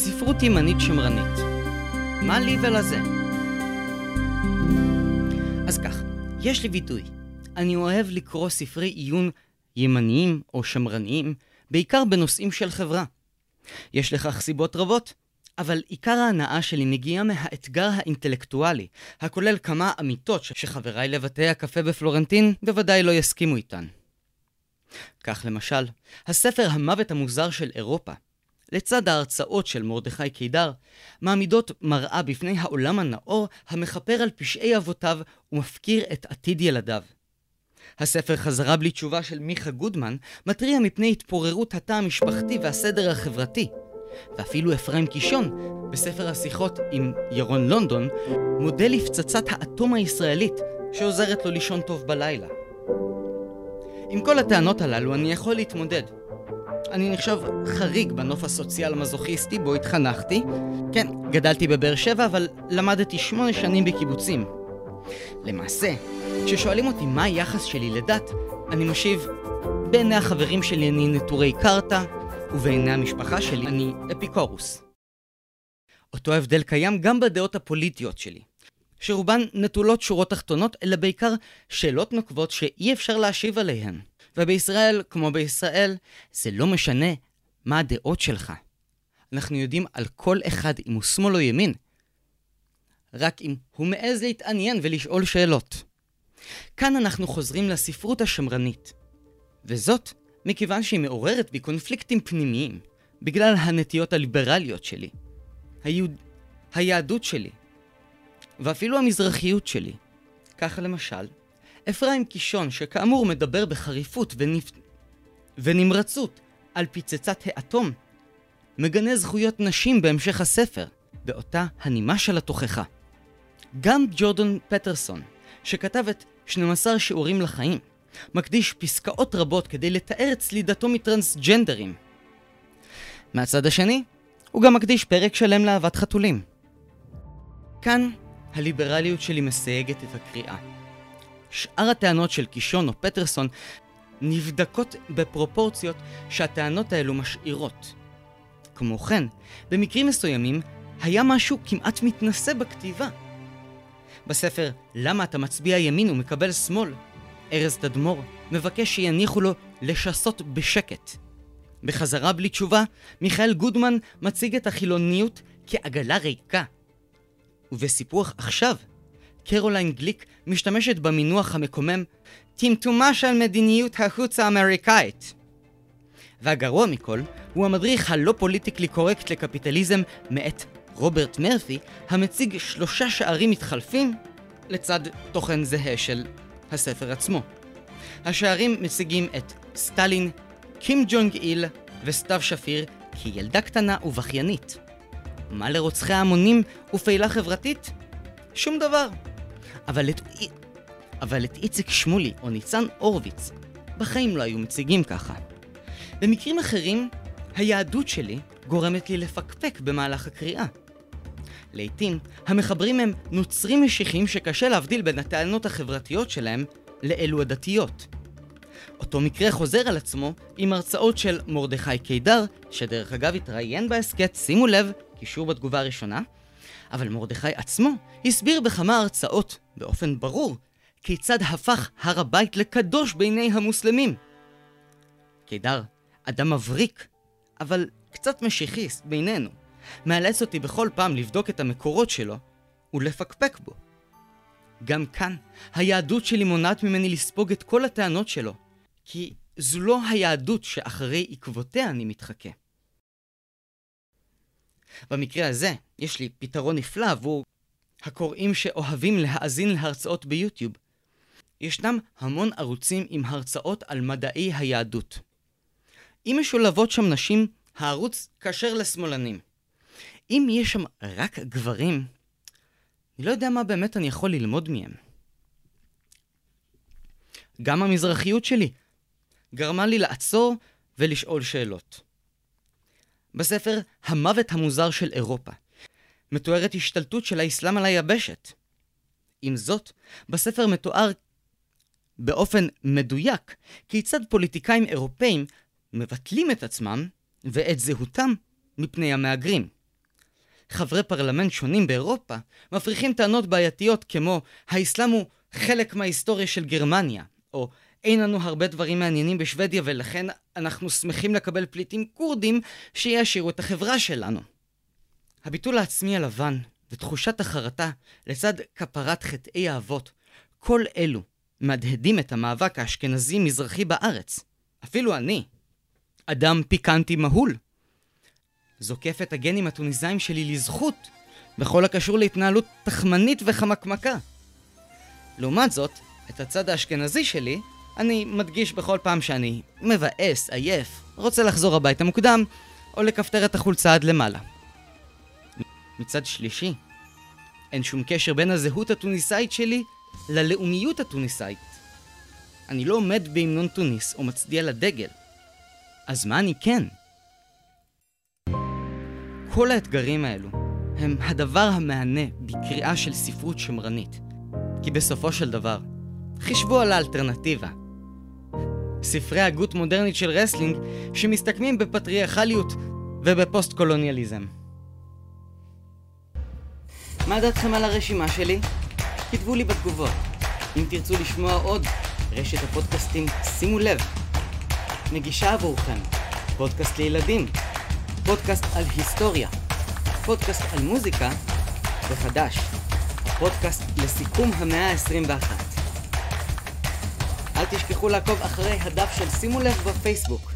ספרות ימנית שמרנית. מה לי ולזה? אז כך, יש לי וידוי. אני אוהב לקרוא ספרי עיון ימניים או שמרניים, בעיקר בנושאים של חברה. יש לכך סיבות רבות, אבל עיקר ההנאה שלי מגיעה מהאתגר האינטלקטואלי, הכולל כמה אמיתות שחבריי לבתי הקפה בפלורנטין בוודאי לא יסכימו איתן. כך למשל, הספר המוות המוזר של אירופה, לצד ההרצאות של מרדכי קידר, מעמידות מראה בפני העולם הנאור המחפר על פשעי אבותיו ומפקיר את עתיד ילדיו. הספר חזרה בלי תשובה של מיכה גודמן מטריע מפני התפוררות התא המשפחתי והסדר החברתי. ואפילו אפרים קישון, בספר השיחות עם ירון לונדון, מודל לפצצת האטום הישראלית שעוזרת לו לישון טוב בלילה. עם כל הטענות הללו אני יכול להתמודד. אני נחשב חריג בנוף הסוציאל המזוכיסטי בו התחנכתי. כן, גדלתי בבאר שבע, אבל למדתי 8 שנים בקיבוצים. למעשה, כששואלים אותי מה היחס שלי לדת, אני משיב, בעיני החברים שלי אני נטורי קרתא, ובעיני המשפחה שלי אני אפיקורוס. אותו הבדל קיים גם בדעות הפוליטיות שלי, שרובן נטולות שורות תחתונות, אלא בעיקר שאלות נוקבות שאי אפשר להשיב עליהן. ובישראל, כמו בישראל, זה לא משנה מה הדעות שלך. אנחנו יודעים על כל אחד אם הוא שמאל או ימין, רק אם הוא מעז להתעניין ולשאול שאלות. כאן אנחנו חוזרים לספרות השמרנית, וזאת מכיוון שהיא מעוררת בי קונפליקטים פנימיים, בגלל הנטיות הליברליות שלי, היהדות שלי, ואפילו המזרחיות שלי. ככה למשל, אפרים קישון, שכאמור מדבר בחריפות ונמרצות על פצצת האטום, מגנה זכויות נשים בהמשך הספר, באותה הנימה של התוכחה. גם ג'ורדן פטרסון, שכתב את 12 שיעורים לחיים, מקדיש פסקאות רבות כדי לתאר את סלידתו מטרנסג'נדרים. מהצד השני, הוא גם מקדיש פרק שלם לאהבת חתולים. כאן הליברליות שלי מסייגת את הקריאה. שאר הטענות של קישון או פטרסון נבדקות בפרופורציות שהטענות האלו משאירות. כמו כן, במקרים מסוימים היה משהו כמעט מתנשא בכתיבה. בספר "למה אתה מצביע ימין ומקבל שמאל?" ארז תדמור מבקש שיניחו לו לשסות בשקט. בחזרה בלי תשובה, מיכאל גודמן מציג את החילוניות כעגלה ריקה. ובסיפוח עכשיו, קרוליין גליק משתמשת במינוח המקומם טמטומה של מדיניות החוץ האמריקאית. והגרוע מכל הוא המדריך הלא פוליטיקלי קורקט לקפיטליזם מאת רוברט מרפי, המציג 3 שערים מתחלפים לצד תוכן זהה של הספר עצמו. השערים מציגים את סטלין, קים ג'ונג איל וסתיו שפיר כילדה קטנה ובכיינית. מה לרוצחי ההמונים ופעילה חברתית? שום דבר. אבל את איציק שמולי או ניצן אורוויץ בחיים לא היו מציגים ככה. במקרים אחרים, היהדות שלי גורמת לי לפקפק במהלך הקריאה. לעתים, המחברים הם נוצרים משיחים שקשה להבדיל בין הטענות החברתיות שלהם לאלו הדתיות. אותו מקרה חוזר על עצמו עם הרצאות של מרדכי קידר, שדרך אגב התראיין בהסקט, שימו לב, קישור בתגובה הראשונה, אבל מרדכי עצמו הסביר בכמה הרצאות, באופן ברור, כיצד הפך הר הבית לקדוש בעיני המוסלמים. קידר, אדם מבריק, אבל קצת משיחיסט בינינו, מאלץ אותי בכל פעם לבדוק את המקורות שלו ולפקפק בו. גם כאן, היהדות שלי מונעת ממני לספוג את כל הטענות שלו, כי זו לא היהדות שאחרי עקבותיה אני מתחכה. במקרה הזה, יש לי פתרון נפלא עבור הקוראים שאוהבים להאזין להרצאות ביוטיוב. ישנם המון ערוצים עם הרצאות על מדעי היהדות. אם משולבות שם נשים, הערוץ כשר לשמאלנים. אם יש שם רק גברים, אני לא יודע מה באמת אני יכול ללמוד מהם. גם המזרחיות שלי גרמה לי לעצור ולשאול שאלות. בספר המוות המוזר של אירופה מתוארת השתלטות של האסלאם על היבשת. עם זאת, בספר מתואר באופן מדויק כיצד פוליטיקאים אירופאים מבטלים את עצמם ואת זהותם מפני המהגרים. חברי פרלמנט שונים באירופה מפריחים טענות בעייתיות כמו האסלאם הוא חלק מההיסטוריה של גרמניה, או אין לנו הרבה דברים מעניינים בשוודיה ולכן אנחנו שמחים לקבל פליטים קורדים שיעשירו את החברה שלנו. הביטול העצמי הלבן ותחושת החרטה לצד כפרת חטאי האבות, כל אלו מדהדים את המאבק האשכנזי-מזרחי בארץ. אפילו אני, אדם פיקנטי מהול, זוקף את הגנים הטוניסאים שלי לזכות בכל הקשור להתנהלות תחמנית וחמקמקה. לעומת זאת, את הצד האשכנזי שלי אני מדגיש בכל פעם שאני מבאס, עייף, רוצה לחזור הביתה מוקדם או לכפתר את החולצה עד למעלה. מצד שלישי, אין שום קשר בין הזהות הטוניסאית שלי ללאומיות הטוניסאית. אני לא עומד בהמנון טוניס או מצדיע לדגל. אז מה אני כן? כל האתגרים האלו הם הדבר המענה בקריאה של ספרות שמרנית. כי בסופו של דבר, חישבו על האלטרנטיבה. ספרי הגות מודרנית של רסלינג שמסתכמים בפטריארכליות ובפוסט-קולוניאליזם. מה דעתכם על הרשימה שלי? כתבו לי בתגובות. אם תרצו לשמוע עוד, רשת הפודקאסטים שימו לב. מגישה עבורכם, פודקאסט לילדים, פודקאסט על היסטוריה, פודקאסט על מוזיקה, וחדש, פודקאסט לסיכום המאה ה-21. אל תשכחו לעקוב אחרי הדף של שימו לב בפייסבוק.